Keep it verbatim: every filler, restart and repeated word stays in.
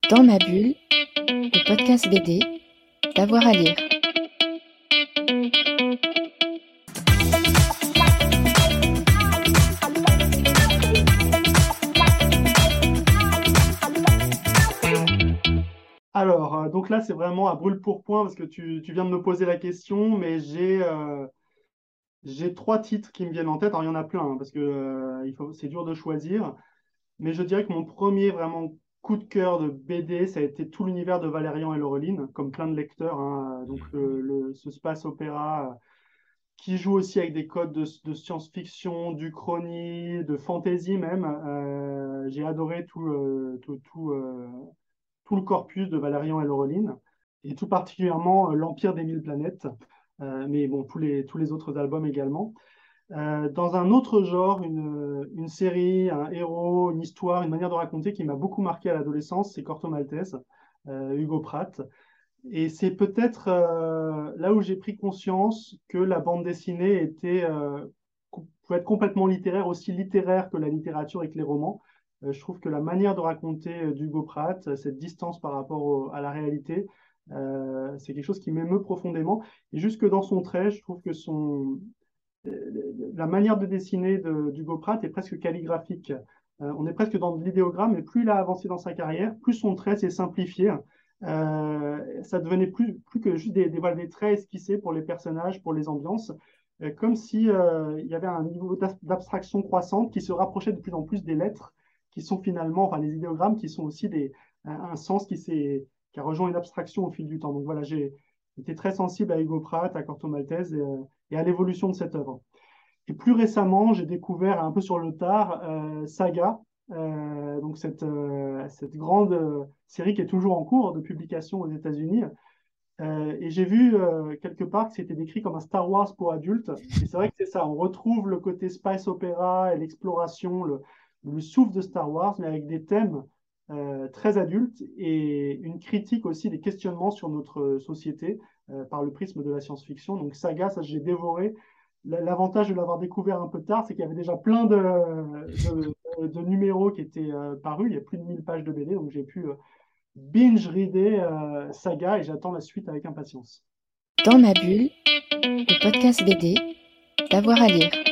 Dans ma bulle, le podcast B D, d'avoir à lire. Alors, euh, donc là, c'est vraiment à brûle pour point parce que tu, tu viens de me poser la question, mais j'ai euh, j'ai trois titres qui me viennent en tête. Alors, il y en a plein hein, parce que euh, il faut, c'est dur de choisir, mais je dirais que mon premier vraiment coup de cœur de B D, ça a été tout l'univers de Valérian et Laureline, comme plein de lecteurs. Hein. Donc, le, le- ce space opéra euh, qui joue aussi avec des codes de, de science-fiction, d'Uchronie, de fantasy même. Euh, j'ai adoré tout, euh, tout, tout, euh, tout le corpus de Valérian et Laureline, et tout particulièrement euh, l'Empire des Mille Planètes, euh, mais bon, tous les, tous les autres albums également. Euh, dans un autre genre, une, une série, un héros, une histoire, une manière de raconter qui m'a beaucoup marqué à l'adolescence, c'est Corto Maltese, euh, Hugo Pratt. Et c'est peut-être euh, là où j'ai pris conscience que la bande dessinée était, euh, co- pouvait être complètement littéraire, aussi littéraire que la littérature et que les romans. Euh, je trouve que la manière de raconter euh, d'Hugo Pratt, euh, cette distance par rapport au- à la réalité, euh, c'est quelque chose qui m'émeut profondément. Et jusque dans son trait, je trouve que son, euh, la manière de dessiner de- d'Hugo Pratt est presque calligraphique. Euh, on est presque dans de l'idéogramme, mais plus il a avancé dans sa carrière, plus son trait s'est simplifié. Euh, ça devenait plus, plus que juste des, des, voilà, des traits esquissés pour les personnages, pour les ambiances, euh, comme si euh, il y avait un niveau d'ab- d'abstraction croissante qui se rapprochait de plus en plus des lettres, qui sont finalement, enfin les idéogrammes, qui sont aussi des, un, un sens qui, s'est, qui a rejoint une abstraction au fil du temps. Donc voilà, j'ai été très sensible à Hugo Pratt, à Corto Maltese et, euh, et à l'évolution de cette œuvre. Et plus récemment, j'ai découvert un peu sur le tard euh, Saga, euh, donc cette, euh, cette grande euh, série qui est toujours en cours de publication aux États-Unis. Euh, et j'ai vu euh, quelque part que c'était décrit comme un Star Wars pour adultes. Et c'est vrai que c'est ça, on retrouve le côté space opéra et l'exploration, le, le souffle de Star Wars, mais avec des thèmes euh, très adultes et une critique aussi des questionnements sur notre société euh, par le prisme de la science-fiction. Donc Saga, ça j'ai dévoré. L'avantage de l'avoir découvert un peu tard, c'est qu'il y avait déjà plein de, de, de numéros qui étaient euh, parus. Il y a plus de mille pages de B D, donc j'ai pu euh, binge-reader euh, Saga et j'attends la suite avec impatience. Dans ma bulle, le podcast B D, d'avoir à lire.